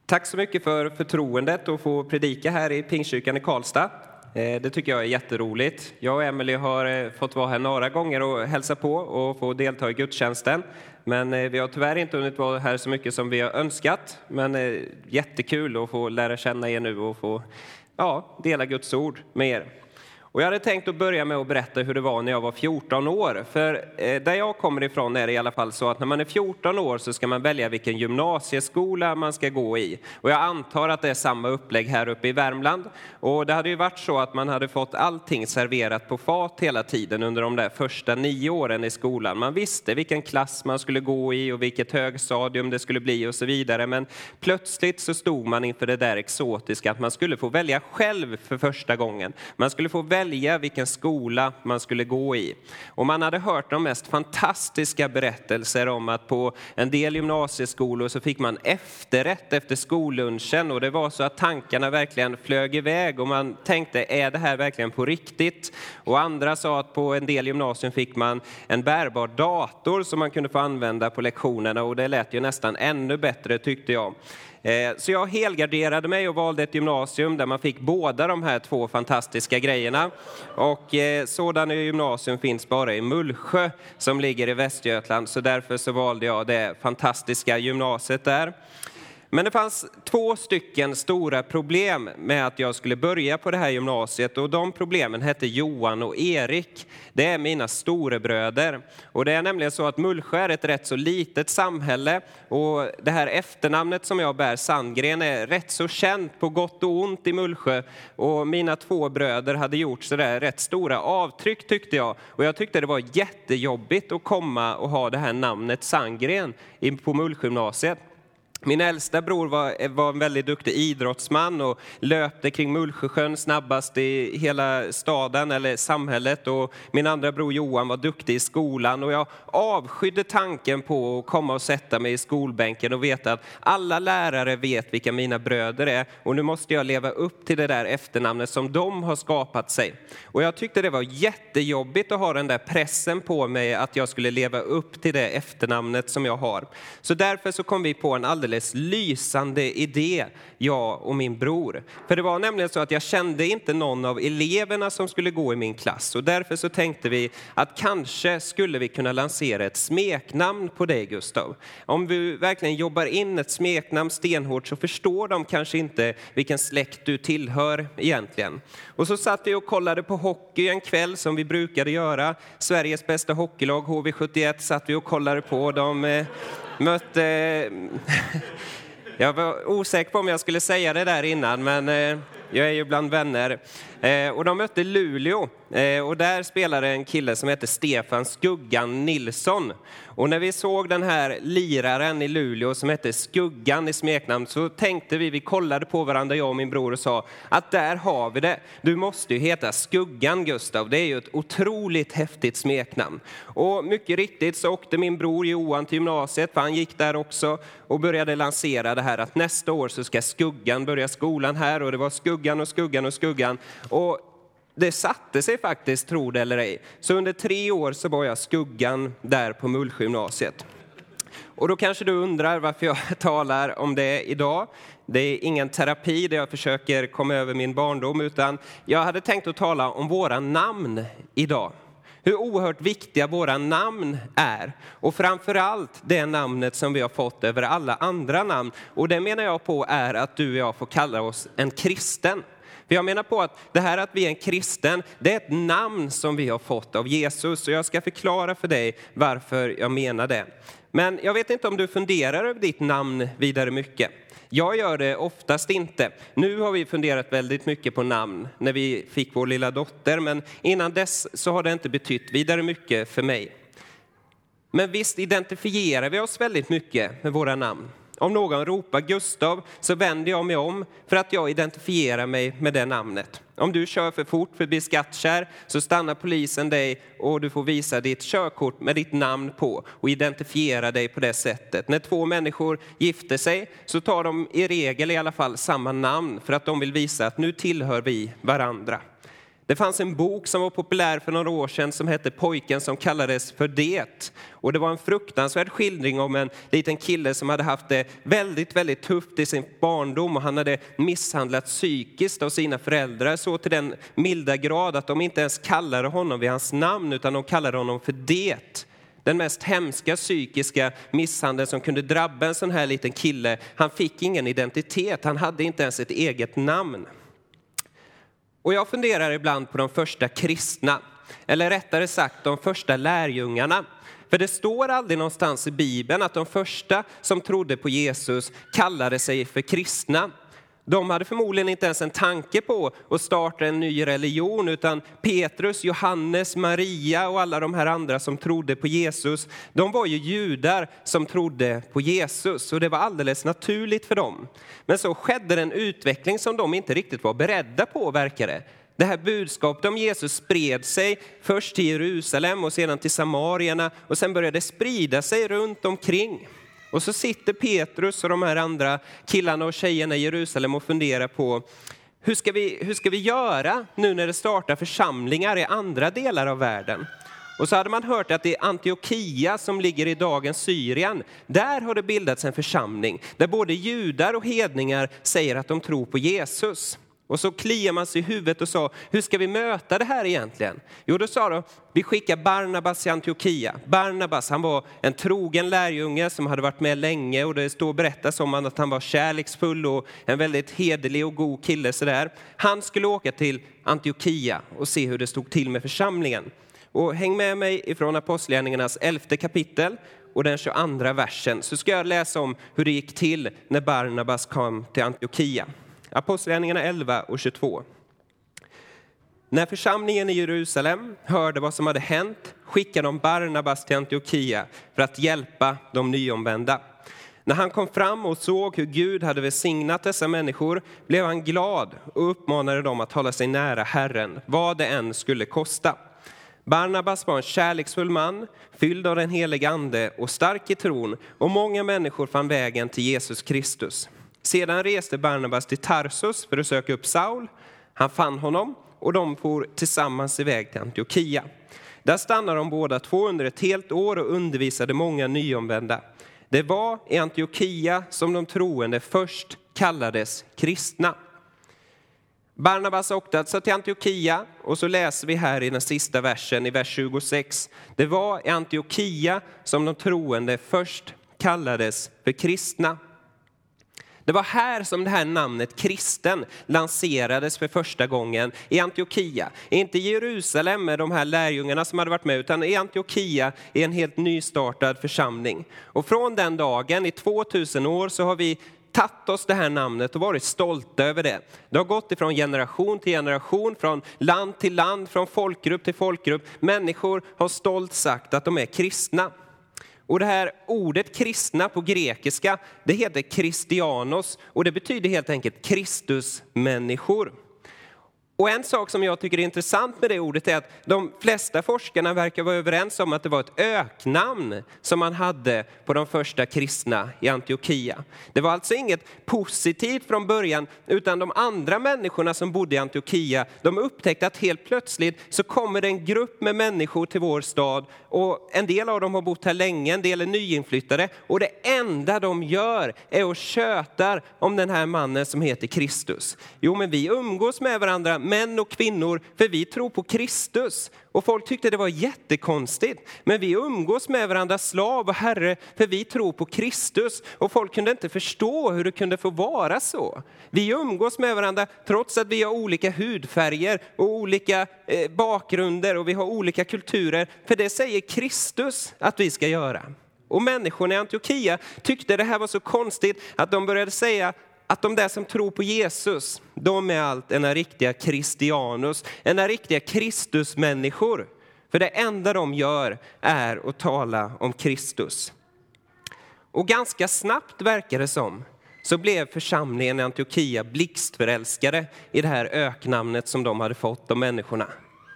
Tack så mycket för förtroendet att få predika här i Pingstkyrkan i Karlstad. Det tycker jag är jätteroligt. Jag och Emily har fått vara här några gånger och hälsa på och få delta i gudstjänsten. Men vi har tyvärr inte hunnit vara här så mycket som vi har önskat. Men jättekul att få lära känna er nu och få dela Guds ord med er. Och jag hade tänkt att börja med att berätta hur det var när jag var 14 år. För där jag kommer ifrån är det i alla fall så att när man är 14 år så ska man välja vilken gymnasieskola man ska gå i. Och jag antar att det är samma upplägg här uppe i Värmland. Och det hade ju varit så att man hade fått allting serverat på fat hela tiden under de där första 9 åren i skolan. Man visste vilken klass man skulle gå i och vilket högstadium det skulle bli och så vidare. Men plötsligt så stod man inför det där exotiska att man skulle få välja själv för första gången. Man skulle få välja vilken skola man skulle gå i. Och man hade hört de mest fantastiska berättelser om att på en del gymnasieskolor så fick man efterrätt efter skollunchen. Och det var så att tankarna verkligen flög iväg och man tänkte, är det här verkligen på riktigt? Och andra sa att på en del gymnasium fick man en bärbar dator som man kunde få använda på lektionerna. Och det lät ju nästan ännu bättre tyckte jag. Så jag helgarderade mig och valde ett gymnasium där man fick båda de här 2 fantastiska grejerna. Och sådana gymnasium finns bara i Mullsjö som ligger i Västergötland. Så därför så valde jag det fantastiska gymnasiet där. Men det fanns 2 stycken stora problem med att jag skulle börja på det här gymnasiet. Och de problemen hette Johan och Erik. Det är mina storebröder. Och det är nämligen så att Mullsjö är ett rätt så litet samhälle. Och det här efternamnet som jag bär, Sandgren, är rätt så känt på gott och ont i Mullsjö. Och mina 2 bröder hade gjort så där rätt stora avtryck tyckte jag. Och jag tyckte det var jättejobbigt att komma och ha det här namnet Sandgren på Mullsjögymnasiet. Min äldsta bror var en väldigt duktig idrottsman och löpte kring Mullsjösjön snabbast i hela staden eller samhället. Och min andra bror Johan var duktig i skolan och jag avskydde tanken på att komma och sätta mig i skolbänken och veta att alla lärare vet vilka mina bröder är. Och nu måste jag leva upp till det där efternamnet som de har skapat sig. Och jag tyckte det var jättejobbigt att ha den där pressen på mig att jag skulle leva upp till det efternamnet som jag har. Så därför så kom vi på en alldeles lysande idé, jag och min bror. För det var nämligen så att jag kände inte någon av eleverna som skulle gå i min klass. Och därför så tänkte vi att kanske skulle vi kunna lansera ett smeknamn på dig, Gustav. Om vi verkligen jobbar in ett smeknamn stenhårt så förstår de kanske inte vilken släkt du tillhör egentligen. Och så satt vi och kollade på hockey en kväll som vi brukade göra. Sveriges bästa hockeylag, HV71, satt vi och kollade på. De mötte... Jag var osäker på om jag skulle säga det där innan, men jag är ju bland vänner. Och de mötte Luleå. Och där spelade en kille som heter Stefan Skuggan Nilsson. Och när vi såg den här liraren i Luleå som hette Skuggan i smeknamn så tänkte vi kollade på varandra, jag och min bror, och sa att där har vi det. Du måste ju heta Skuggan, Gustav. Det är ju ett otroligt häftigt smeknamn. Och mycket riktigt så åkte min bror Johan till gymnasiet, för han gick där också, och började lansera det här att nästa år så ska Skuggan börja skolan här. Och det var Skuggan och Skuggan och Skuggan. Och det satte sig faktiskt, tro det eller ej. Så under 3 år så var jag Skuggan där på Mullsjögymnasiet. Och då kanske du undrar varför jag talar om det idag. Det är ingen terapi där jag försöker komma över min barndom, utan jag hade tänkt att tala om våra namn idag. Hur oerhört viktiga våra namn är. Och framförallt det namnet som vi har fått över alla andra namn. Och det menar jag på är att du och jag får kalla oss en kristen. För jag menar på att det här att vi är en kristen, det är ett namn som vi har fått av Jesus. Och jag ska förklara för dig varför jag menar det. Men jag vet inte om du funderar över ditt namn vidare mycket. Jag gör det oftast inte. Nu har vi funderat väldigt mycket på namn när vi fick vår lilla dotter. Men innan dess så har det inte betytt vidare mycket för mig. Men visst identifierar vi oss väldigt mycket med våra namn. Om någon ropar Gustav så vänder jag mig om för att jag identifierar mig med det namnet. Om du kör för fort förbi Skattkärr så stannar polisen dig och du får visa ditt körkort med ditt namn på och identifiera dig på det sättet. När 2 människor gifter sig så tar de i regel i alla fall samma namn för att de vill visa att nu tillhör vi varandra. Det fanns en bok som var populär för några år sedan som hette Pojken som kallades för det. Och det var en fruktansvärd skildring om en liten kille som hade haft det väldigt, väldigt tufft i sin barndom. Och han hade misshandlats psykiskt av sina föräldrar så till den milda grad att de inte ens kallade honom vid hans namn utan de kallade honom för det. Den mest hemska psykiska misshandeln som kunde drabba en sån här liten kille. Han fick ingen identitet, han hade inte ens ett eget namn. Och jag funderar ibland på de första kristna, eller rättare sagt de första lärjungarna. För det står aldrig någonstans i Bibeln att de första som trodde på Jesus kallade sig för kristna. De hade förmodligen inte ens en tanke på att starta en ny religion, utan Petrus, Johannes, Maria och alla de här andra som trodde på Jesus, de var ju judar som trodde på Jesus och det var alldeles naturligt för dem. Men så skedde en utveckling som de inte riktigt var beredda på, verkade. Det här budskapet om Jesus spred sig först till Jerusalem och sedan till samarierna och sen började det sprida sig runt omkring. Och så sitter Petrus och de här andra killarna och tjejerna i Jerusalem och funderar på hur ska vi göra nu när det startar församlingar i andra delar av världen. Och så hade man hört att i Antiochia som ligger i dagens Syrien, där har det bildats en församling där både judar och hedningar säger att de tror på Jesus. Och så kliar man sig i huvudet och sa, hur ska vi möta det här egentligen? Jo, då sa de, vi skickar Barnabas till Antiochia. Barnabas, han var en trogen lärjunge som hade varit med länge. Och det står berättas om att han var kärleksfull och en väldigt hederlig och god kille. Sådär. Han skulle åka till Antiochia och se hur det stod till med församlingen. Och häng med mig ifrån Apostlagärningarnas 11:e kapitel och den 22:a versen. Så ska jag läsa om hur det gick till när Barnabas kom till Antiochia. Apostlagärningarna 11 och 22. När församlingen i Jerusalem hörde vad som hade hänt skickade de Barnabas till Antiochia för att hjälpa de nyomvända. När han kom fram och såg hur Gud hade välsignat dessa människor blev han glad och uppmanade dem att hålla sig nära Herren, vad det än skulle kosta. Barnabas var en kärleksfull man, fylld av den heliga ande och stark i tron, och många människor fann vägen till Jesus Kristus. Sedan reste Barnabas till Tarsus för att söka upp Saul. Han fann honom och de for tillsammans iväg till Antiochia. Där stannade de båda två under ett helt år och undervisade många nyomvända. Det var i Antiochia som de troende först kallades kristna. Barnabas åkte alltså till Antiochia och så läser vi här i den sista versen i vers 26. Det var i Antiochia som de troende först kallades för kristna. Det var här som det här namnet kristen lanserades för första gången i Antiochia. Inte i Jerusalem med de här lärjungarna som hade varit med, utan i Antiochia i en helt nystartad församling. Och från den dagen i 2000 år så har vi tagit oss det här namnet och varit stolta över det. Det har gått ifrån generation till generation, från land till land, från folkgrupp till folkgrupp. Människor har stolt sagt att de är kristna. Och det här ordet kristna på grekiska, det heter Christianos och det betyder helt enkelt Kristusmänniskor. Och en sak som jag tycker är intressant med det ordet är att de flesta forskarna verkar vara överens om att det var ett öknamn som man hade på de första kristna i Antiochia. Det var alltså inget positivt från början, utan de andra människorna som bodde i Antiochia, de upptäckte att helt plötsligt så kommer det en grupp med människor till vår stad och en del av dem har bott här länge, en del är nyinflyttade och det enda de gör är att tjötar om den här mannen som heter Kristus. Jo, men vi umgås med varandra, män och kvinnor, för vi tror på Kristus. Och folk tyckte det var jättekonstigt. Men vi umgås med varandra, slav och herre, för vi tror på Kristus. Och folk kunde inte förstå hur det kunde få vara så. Vi umgås med varandra trots att vi har olika hudfärger och olika bakgrunder och vi har olika kulturer. För det säger Kristus att vi ska göra. Och människorna i Antiochia tyckte det här var så konstigt att de började säga att de där som tror på Jesus, de är allt en riktiga Christianos, en riktiga Kristusmänniskor. För det enda de gör är att tala om Kristus. Och ganska snabbt verkar det som, så blev församlingen i Antiochia blixtförälskade i det här öknamnet som de hade fått av människorna.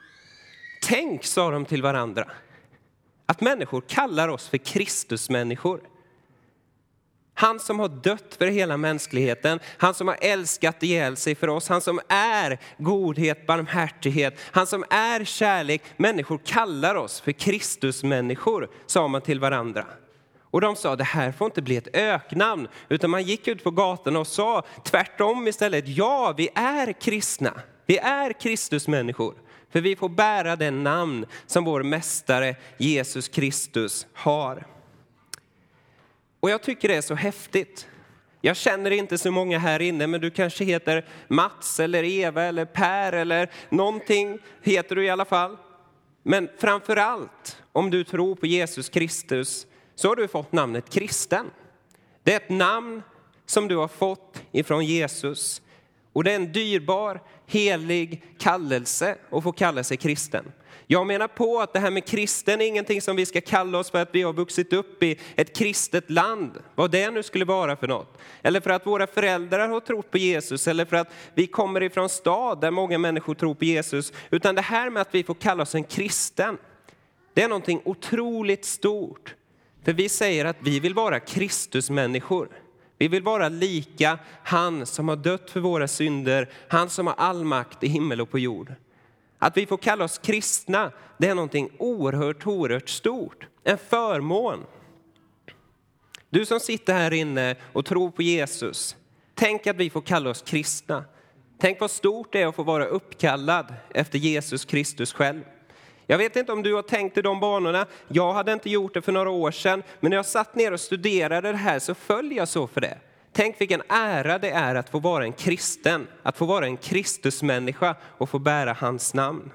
Tänk, sa de till varandra, att människor kallar oss för Kristusmänniskor. Han som har dött för hela mänskligheten. Han som har älskat ihjäl sig för oss. Han som är godhet, barmhärtighet. Han som är kärlek. Människor kallar oss för Kristusmänniskor, sa man till varandra. Och de sa, det här får inte bli ett öknamn. Utan man gick ut på gatan och sa tvärtom istället. Ja, vi är kristna. Vi är Kristusmänniskor. För vi får bära den namn som vår mästare Jesus Kristus har. Och jag tycker det är så häftigt. Jag känner inte så många här inne, men du kanske heter Mats eller Eva eller Per eller någonting heter du i alla fall. Men framförallt, om du tror på Jesus Kristus, så har du fått namnet kristen. Det är ett namn som du har fått ifrån Jesus. Och det är en dyrbar, helig kallelse att få kalla sig kristen. Jag menar på att det här med kristen är ingenting som vi ska kalla oss för att vi har vuxit upp i ett kristet land. Vad det nu skulle vara för något. Eller för att våra föräldrar har trott på Jesus. Eller för att vi kommer ifrån stad där många människor tror på Jesus. Utan det här med att vi får kalla oss en kristen. Det är någonting otroligt stort. För vi säger att vi vill vara Kristusmänniskor. Vi vill vara lika han som har dött för våra synder. Han som har all makt i himmel och på jord. Att vi får kalla oss kristna, det är någonting oerhört stort. En förmån. Du som sitter här inne och tror på Jesus. Tänk att vi får kalla oss kristna. Tänk vad stort det är att få vara uppkallad efter Jesus Kristus själv. Jag vet inte om du har tänkt i de banorna. Jag hade inte gjort det för några år sedan. Men när jag satt ner och studerade det här så föll jag så för det. Tänk vilken ära det är att få vara en kristen. Att få vara en Kristusmänniska och få bära hans namn.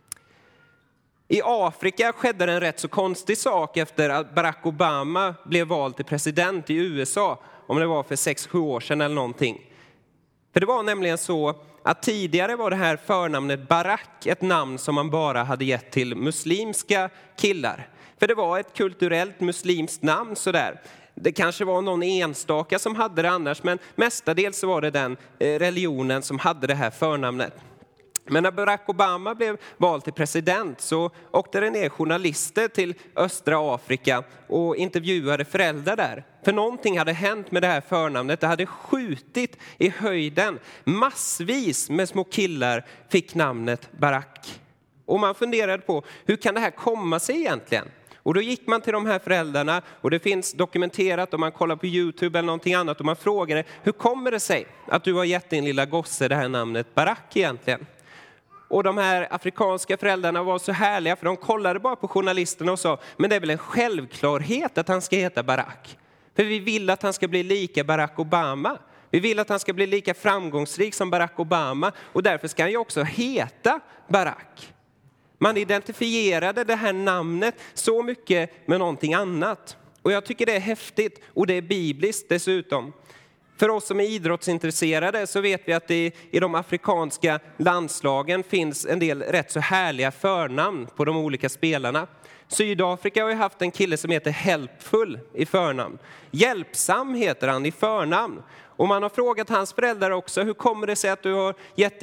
I Afrika skedde en rätt så konstig sak efter att Barack Obama blev vald till president i USA. Om det var för 6-7 år sedan eller någonting. För det var nämligen så att tidigare var det här förnamnet Barack ett namn som man bara hade gett till muslimska killar. För det var ett kulturellt muslimskt namn sådär. Det kanske var någon enstaka som hade det annars, men mestadels så var det den religionen som hade det här förnamnet. Men när Barack Obama blev vald till president så åkte det ner journalister till östra Afrika och intervjuade föräldrar där. För någonting hade hänt med det här förnamnet. Det hade skjutit i höjden. Massvis med små killar fick namnet Barack. Och man funderade på, hur kan det här komma sig egentligen? Och då gick man till de här föräldrarna, och det finns dokumenterat om man kollar på YouTube eller någonting annat, och man frågade, hur kommer det sig att du har gett din lilla gosse det här namnet Barack egentligen? Och de här afrikanska föräldrarna var så härliga, för de kollade bara på journalisterna och sa, men det är väl en självklarhet att han ska heta Barack. För vi vill att han ska bli lika Barack Obama. Vi vill att han ska bli lika framgångsrik som Barack Obama, och därför ska han ju också heta Barack. Man identifierade det här namnet så mycket med någonting annat. Och jag tycker det är häftigt, och det är bibliskt dessutom. För oss som är idrottsintresserade så vet vi att det i de afrikanska landslagen finns en del rätt så härliga förnamn på de olika spelarna. Sydafrika har ju haft en kille som heter Helpful i förnamn. Hjälpsam heter han i förnamn. Och man har frågat hans föräldrar också, hur kommer det sig att du har gett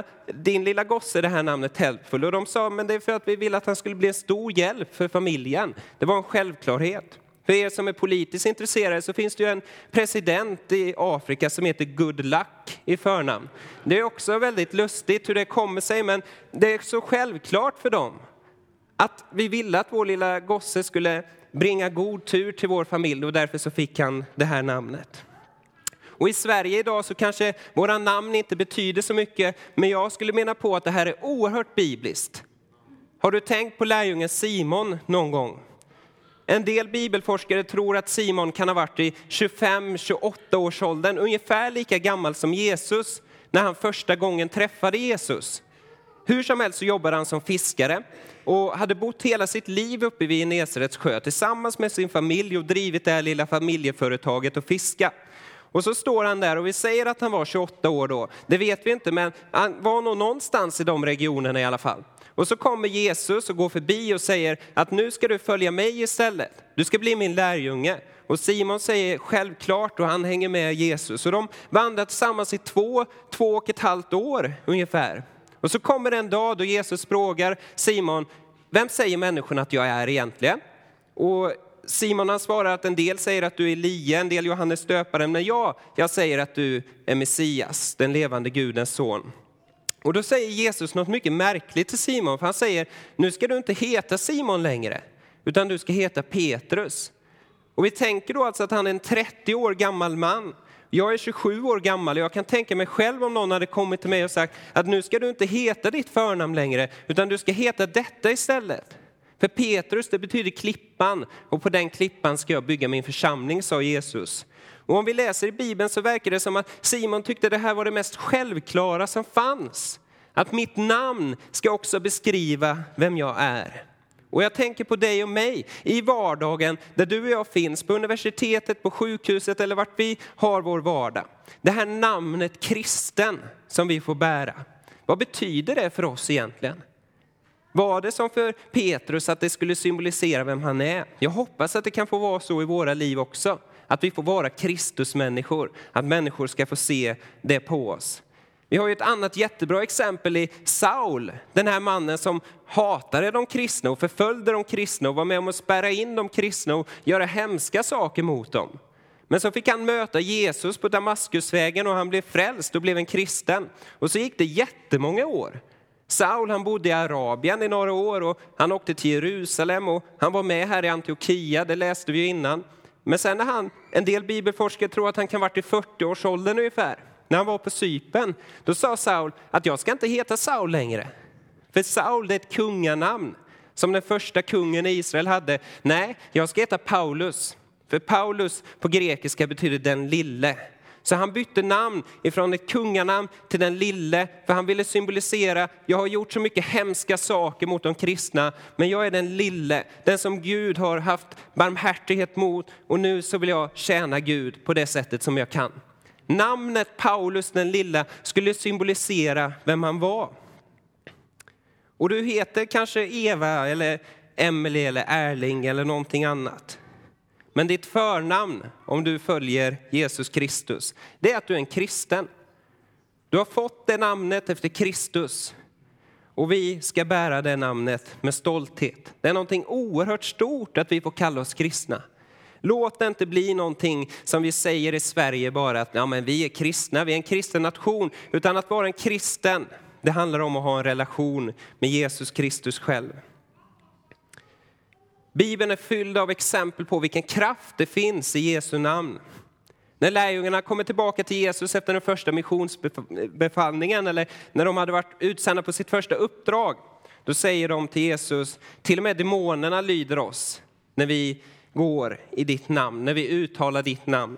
din lilla gosse det här namnet Helpful? Och de sa, men det är för att vi vill att han skulle bli en stor hjälp för familjen. Det var en självklarhet. För er som är politiskt intresserade så finns det ju en president i Afrika som heter Good Luck i förnamn. Det är också väldigt lustigt hur det kommer sig, men det är så självklart för dem att vi ville att vår lilla gosse skulle bringa god tur till vår familj, och därför så fick han det här namnet. Och i Sverige idag så kanske våra namn inte betyder så mycket, men jag skulle mena på att det här är oerhört bibliskt. Har du tänkt på lärjungen Simon någon gång? En del bibelforskare tror att Simon kan ha varit i 25-28 års åldern, ungefär lika gammal som Jesus när han första gången träffade Jesus. Hur som helst så jobbade han som fiskare och hade bott hela sitt liv uppe vid Genesarets sjö tillsammans med sin familj och drivit det här lilla familjeföretaget och fiska. Och så står han där, och vi säger att han var 28 år då. Det vet vi inte, men han var nog någonstans i de regionerna i alla fall. Och så kommer Jesus och går förbi och säger att nu ska du följa mig istället. Du ska bli min lärjunge. Och Simon säger självklart, och han hänger med Jesus. Och de vandrar tillsammans i 2,5 år ungefär. Och så kommer en dag då Jesus frågar Simon, vem säger människorna att jag är egentligen? Och Simon han svarar att en del säger att du är Elia, en del Johannes döparen, men jag säger att du är Messias, den levande Gudens son. Och då säger Jesus något mycket märkligt till Simon, för han säger, nu ska du inte heta Simon längre, utan du ska heta Petrus. Och vi tänker då alltså att han är en 30 år gammal man. Jag är 27 år gammal och jag kan tänka mig själv om någon hade kommit till mig och sagt att nu ska du inte heta ditt förnamn längre, utan du ska heta detta istället. För Petrus, det betyder klippan, och på den klippan ska jag bygga min församling, sa Jesus. Och om vi läser i Bibeln så verkar det som att Simon tyckte det här var det mest självklara som fanns. Att mitt namn ska också beskriva vem jag är. Och jag tänker på dig och mig i vardagen där du och jag finns, på universitetet, på sjukhuset eller vart vi har vår vardag. Det här namnet kristen som vi får bära. Vad betyder det för oss egentligen? Var det som för Petrus att det skulle symbolisera vem han är? Jag hoppas att det kan få vara så i våra liv också. Att vi får vara Kristusmänniskor. Att människor ska få se det på oss. Vi har ju ett annat jättebra exempel i Saul. Den här mannen som hatade de kristna och förföljde de kristna och var med om att spärra in de kristna och göra hemska saker mot dem. Men så fick han möta Jesus på Damaskusvägen och han blev frälst och blev en kristen. Och så gick det jättemånga år. Saul han bodde i Arabien i några år och han åkte till Jerusalem och han var med här i Antiochia, det läste vi ju innan. Men sen när en del bibelforskare tror att han kan ha varit i 40-årsåldern ungefär. När han var på Cypern, då sa Saul att jag ska inte heta Saul längre. För Saul är ett kunganamn som den första kungen i Israel hade. Nej, jag ska heta Paulus. För Paulus på grekiska betyder den lille. Så han bytte namn ifrån ett kunganamn till den lille. För han ville symbolisera, jag har gjort så mycket hemska saker mot de kristna. Men jag är den lille, den som Gud har haft barmhärtighet mot. Och nu så vill jag tjäna Gud på det sättet som jag kan. Namnet Paulus den lilla skulle symbolisera vem han var. Och du heter kanske Eva eller Emily eller Erling eller någonting annat. Men ditt förnamn, om du följer Jesus Kristus, det är att du är en kristen. Du har fått det namnet efter Kristus. Och vi ska bära det namnet med stolthet. Det är någonting oerhört stort att vi får kalla oss kristna. Låt det inte bli någonting som vi säger i Sverige bara att ja, men vi är kristna, vi är en kristen nation. Utan att vara en kristen, det handlar om att ha en relation med Jesus Kristus själv. Bibeln är fylld av exempel på vilken kraft det finns i Jesu namn. När lärjungarna kommer tillbaka till Jesus efter den första missionsbefallningen eller när de hade varit utsända på sitt första uppdrag, då säger de till Jesus, till och med demonerna lyder oss när vi går i ditt namn, när vi uttalar ditt namn.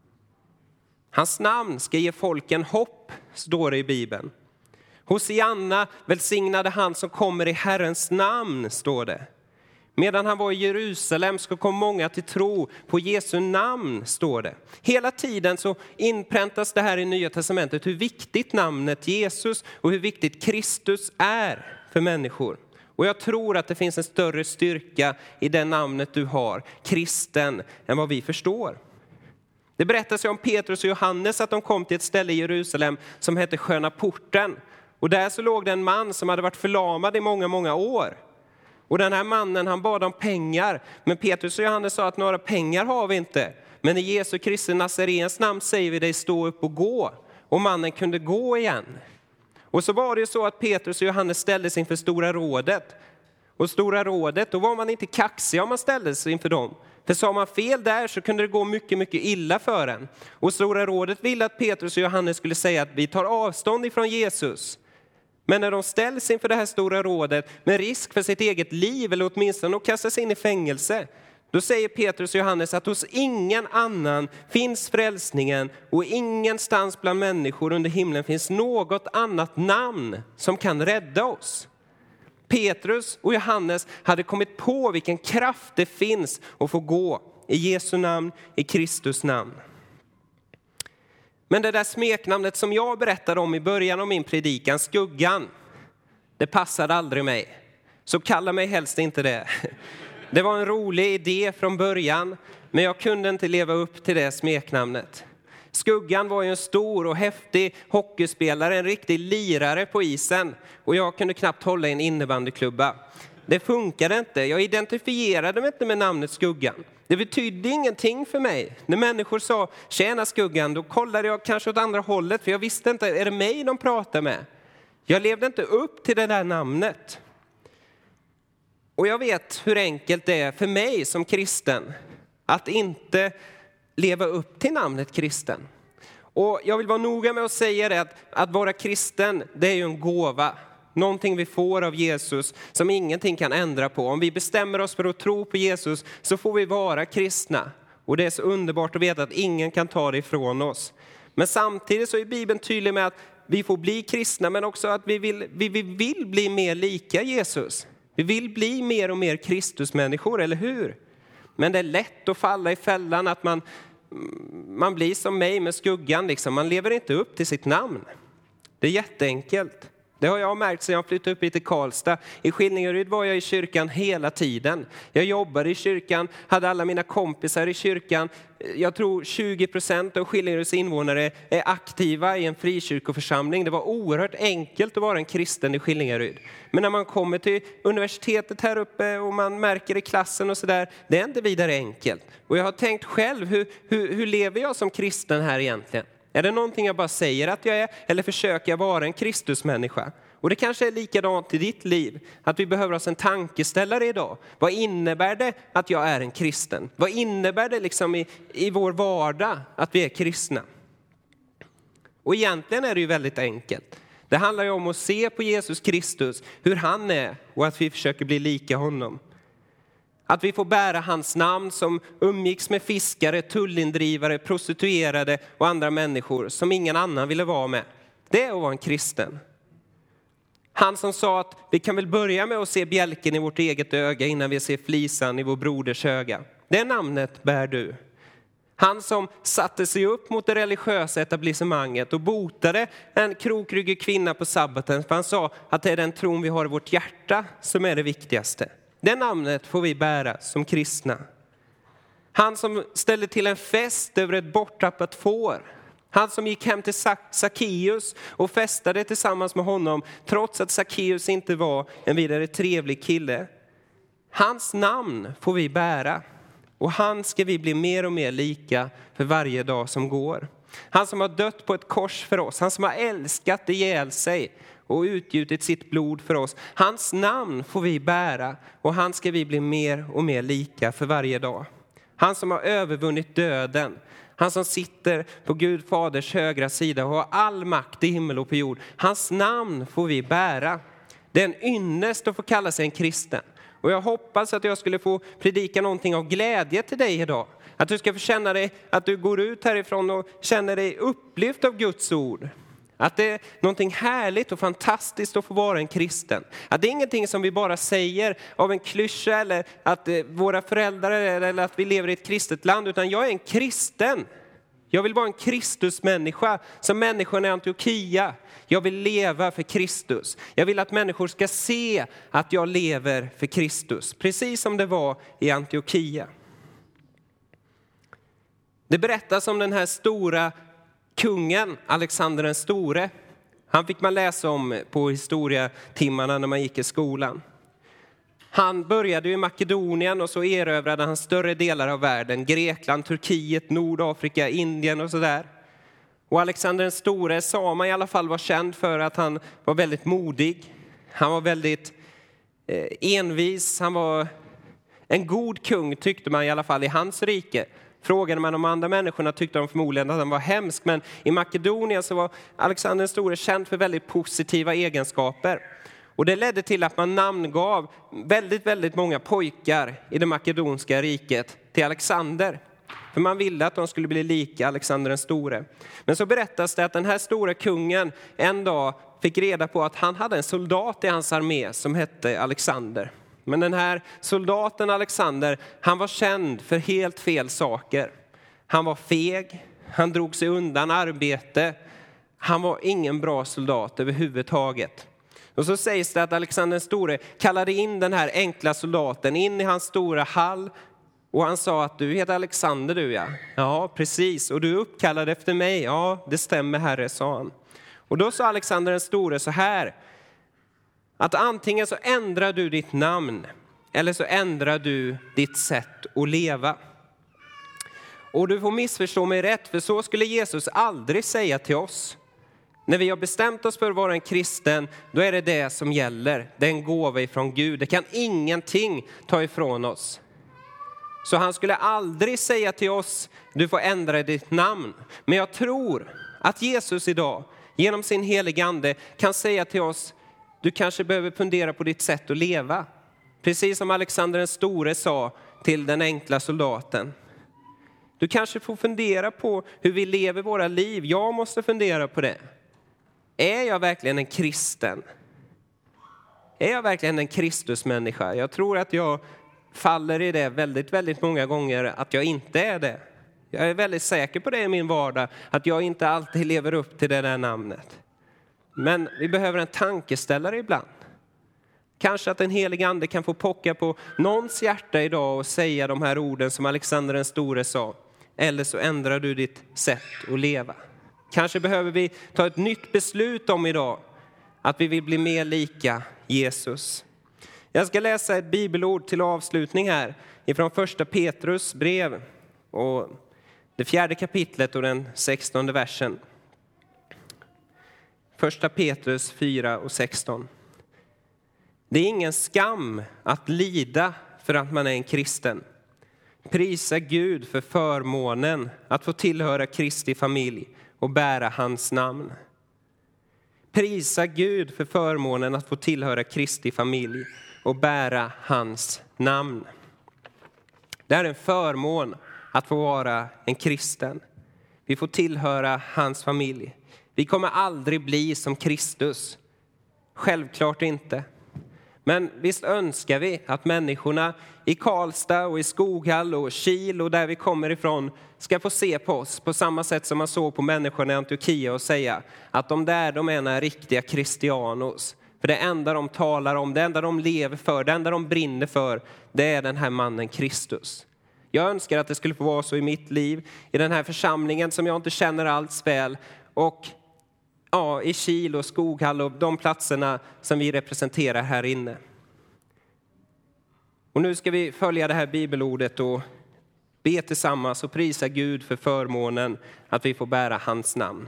Hans namn ska ge folken hopp, står det i Bibeln. Hosianna, välsignade han som kommer i Herrens namn, står det. Medan han var i Jerusalem ska komma många till tro på Jesu namn, står det. Hela tiden så inpräntas det här i Nya testamentet hur viktigt namnet Jesus och hur viktigt Kristus är för människor. Och jag tror att det finns en större styrka i det namnet du har, kristen, än vad vi förstår. Det berättas ju om Petrus och Johannes att de kom till ett ställe i Jerusalem som hette Sköna porten. Och där så låg det en man som hade varit förlamad i många, många år. Och den här mannen han bad om pengar. Men Petrus och Johannes sa att några pengar har vi inte. Men i Jesu Kristi Nazarens namn säger vi dig stå upp och gå. Och mannen kunde gå igen. Och så var det ju så att Petrus och Johannes ställdes inför Stora rådet. Och Stora rådet, då var man inte kaxig om man ställdes inför dem. För sa man fel där så kunde det gå mycket, mycket illa för en. Och Stora rådet ville att Petrus och Johannes skulle säga att vi tar avstånd ifrån Jesus. Men när de ställs inför det här Stora rådet med risk för sitt eget liv eller åtminstone att kastas in i fängelse, då säger Petrus och Johannes att hos ingen annan finns frälsningen och ingenstans bland människor under himlen finns något annat namn som kan rädda oss. Petrus och Johannes hade kommit på vilken kraft det finns att få gå i Jesu namn, i Kristus namn. Men det där smeknamnet som jag berättade om i början av min predikan, skuggan, det passade aldrig mig. Så kalla mig helst inte det. Det var en rolig idé från början, men jag kunde inte leva upp till det smeknamnet. Skuggan var ju en stor och häftig hockeyspelare, en riktig lirare på isen. Och jag kunde knappt hålla i en innebandyklubba. det funkade inte. Jag identifierade mig inte med namnet Skuggan. Det betydde ingenting för mig. När människor sa, tjena Skuggan, då kollade jag kanske åt andra hållet. För jag visste inte, är det mig de pratar med? Jag levde inte upp till det där namnet. Och jag vet hur enkelt det är för mig som kristen att inte leva upp till namnet kristen. Och jag vill vara noga med att säga det att vara kristen, det är ju en gåva. Någonting vi får av Jesus som ingenting kan ändra på. Om vi bestämmer oss för att tro på Jesus så får vi vara kristna. Och det är så underbart att veta att ingen kan ta det ifrån oss. Men samtidigt så är Bibeln tydlig med att vi får bli kristna, men också att vi vill bli mer lika Jesus. Vi vill bli mer och mer Kristusmänniskor, eller hur? Men det är lätt att falla i fällan att man blir som mig med skuggan. Liksom. Man lever inte upp till sitt namn. Det är jätteenkelt. Det har jag märkt sedan jag flyttade upp hit till Karlstad. I Skillingaryd var jag i kyrkan hela tiden. Jag jobbade i kyrkan, hade alla mina kompisar i kyrkan. Jag tror 20% av Skillingaryds invånare är aktiva i en frikyrkoförsamling. Det var oerhört enkelt att vara en kristen i Skillingaryd. Men när man kommer till universitetet här uppe och man märker i klassen och sådär, det är inte vidare enkelt. Och jag har tänkt själv, hur lever jag som kristen här egentligen? Är det någonting jag bara säger att jag är, eller försöker jag vara en Kristusmänniska? Och det kanske är likadant i ditt liv, att vi behöver oss en tankeställare idag. Vad innebär det att jag är en kristen? Vad innebär det liksom i vår vardag att vi är kristna? Och egentligen är det ju väldigt enkelt. Det handlar ju om att se på Jesus Kristus, hur han är, och att vi försöker bli lika honom. Att vi får bära hans namn som umgicks med fiskare, tullindrivare, prostituerade och andra människor som ingen annan ville vara med. Det är att vara en kristen. Han som sa att vi kan väl börja med att se bjälken i vårt eget öga innan vi ser flisan i vår broders öga. Det namnet bär du. Han som satte sig upp mot det religiösa etablissemanget och botade en krokryggig kvinna på sabbaten. För han sa att det är den tron vi har i vårt hjärta som är det viktigaste. Det namnet får vi bära som kristna. Han som ställde till en fest över ett borttappat får. Han som gick hem till Sackeus och festade tillsammans med honom trots att Sackeus inte var en vidare trevlig kille. Hans namn får vi bära. Och han ska vi bli mer och mer lika för varje dag som går. Han som har dött på ett kors för oss. Han som har älskat ihjäl sig och utgjutit sitt blod för oss. Hans namn får vi bära och han ska vi bli mer och mer lika för varje dag. Han som har övervunnit döden. Han som sitter på Gud faders högra sida och har all makt i himmel och på jord. Hans namn får vi bära. Det är en ynnest att få kalla sig en kristen. Och jag hoppas att jag skulle få predika någonting av glädje till dig idag. Att du ska få känna dig, att du går ut härifrån och känner dig upplyft av Guds ord. Att det är någonting härligt och fantastiskt att få vara en kristen. Att det är ingenting som vi bara säger av en klyscha eller att våra föräldrar eller att vi lever i ett kristet land. Utan jag är en kristen. Jag vill vara en Kristusmänniska som människorna i Antiochia. Jag vill leva för Kristus. Jag vill att människor ska se att jag lever för Kristus. Precis som det var i Antiochia. Det berättas om den här stora kungen, Alexander den store. Han fick man läsa om på historietimmarna när man gick i skolan. Han började i Makedonien och så erövrade han större delar av världen. Grekland, Turkiet, Nordafrika, Indien och sådär. Och Alexander den store sa man i alla fall var känd för att han var väldigt modig. Han var väldigt envis. Han var en god kung tyckte man i alla fall i hans rike. Frågade man om andra människorna tyckte de förmodligen att han var hemsk. Men i Makedonien så var Alexander den store känd för väldigt positiva egenskaper. Och det ledde till att man namngav väldigt, väldigt många pojkar i det makedonska riket till Alexander. För man ville att de skulle bli lika Alexander den store. Men så berättas det att den här stora kungen en dag fick reda på att han hade en soldat i hans armé som hette Alexander. Men den här soldaten Alexander, han var känd för helt fel saker. Han var feg, han drog sig undan arbete. Han var ingen bra soldat överhuvudtaget. Och så sägs det att Alexander den store kallade in den här enkla soldaten in i hans stora hall. Och han sa att du heter Alexander du ja. Ja precis, och du är uppkallad efter mig. Ja det stämmer herre, sa han. Och då sa Alexander den store så här. Att antingen så ändrar du ditt namn eller så ändrar du ditt sätt att leva. Och du får missförstå mig rätt, för så skulle Jesus aldrig säga till oss. När vi har bestämt oss för att vara en kristen, då är det det som gäller. Det är en gåva ifrån Gud. Det kan ingenting ta ifrån oss. Så han skulle aldrig säga till oss, du får ändra ditt namn. Men jag tror att Jesus idag, genom sin heliga ande, kan säga till oss, du kanske behöver fundera på ditt sätt att leva. Precis som Alexander den store sa till den enkla soldaten. Du kanske får fundera på hur vi lever våra liv. Jag måste fundera på det. Är jag verkligen en kristen? Är jag verkligen en Kristusmänniska? Jag tror att jag faller i det väldigt, väldigt många gånger att jag inte är det. Jag är väldigt säker på det i min vardag, att jag inte alltid lever upp till det där namnet. Men vi behöver en tankeställare ibland. Kanske att en helig ande kan få pocka på någons hjärta idag och säga de här orden som Alexander den store sa. Eller så ändrar du ditt sätt att leva. Kanske behöver vi ta ett nytt beslut om idag. Att vi vill bli mer lika Jesus. Jag ska läsa ett bibelord till avslutning här. Ifrån första Petrus brev. Och det 4:e kapitlet och den 16:e versen. Första Petrus 4 och 16. Det är ingen skam att lida för att man är en kristen. Prisa Gud för förmånen att få tillhöra Kristi familj och bära hans namn. Prisa Gud för förmånen att få tillhöra Kristi familj och bära hans namn. Det är en förmån att få vara en kristen. Vi får tillhöra hans familj. Vi kommer aldrig bli som Kristus. Självklart inte. Men visst önskar vi att människorna i Karlstad och i Skoghall och Kil och där vi kommer ifrån ska få se på oss på samma sätt som man såg på människorna i Antiochia och säga att de är några riktiga kristianos. För det enda de talar om, det enda de lever för, det enda de brinner för, det är den här mannen Kristus. Jag önskar att det skulle få vara så i mitt liv, i den här församlingen som jag inte känner alls väl, och i Kil och Skoghall och de platserna som vi representerar här inne. Och nu ska vi följa det här bibelordet och be tillsammans och prisa Gud för förmånen att vi får bära hans namn.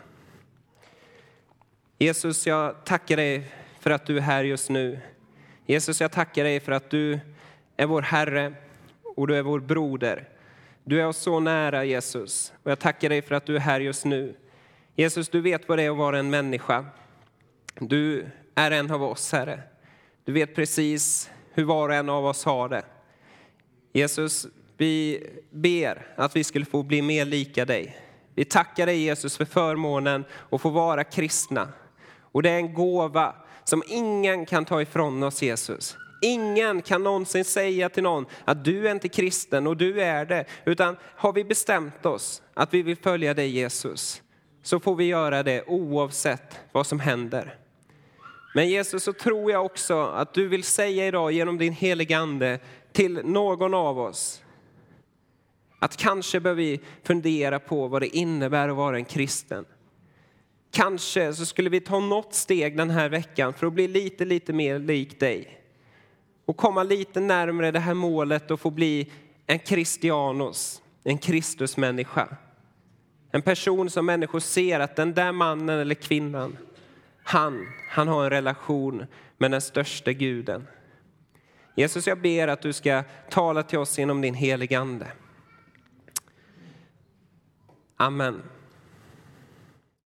Jesus, jag tackar dig för att du är här just nu. Jesus, jag tackar dig för att du är vår Herre och du är vår broder. Du är oss så nära, Jesus. Och jag tackar dig för att du är här just nu. Jesus, du vet vad det är att vara en människa. Du är en av oss, Herre. Du vet precis hur var och en av oss har det. Jesus, vi ber att vi skulle få bli mer lika dig. Vi tackar dig, Jesus, för förmånen att få vara kristna. Och det är en gåva som ingen kan ta ifrån oss, Jesus. Ingen kan någonsin säga till någon att du är inte kristen och du är det. Utan har vi bestämt oss att vi vill följa dig, Jesus, så får vi göra det oavsett vad som händer. Men Jesus, så tror jag också att du vill säga idag genom din heliga ande till någon av oss att kanske bör vi fundera på vad det innebär att vara en kristen. Kanske så skulle vi ta något steg den här veckan för att bli lite mer lik dig. Och komma lite närmare det här målet och få bli en kristianos, en Kristusmänniska. En person som människor ser att den där mannen eller kvinnan, han har en relation med den största guden. Jesus, jag ber att du ska tala till oss genom din heliga ande. Amen.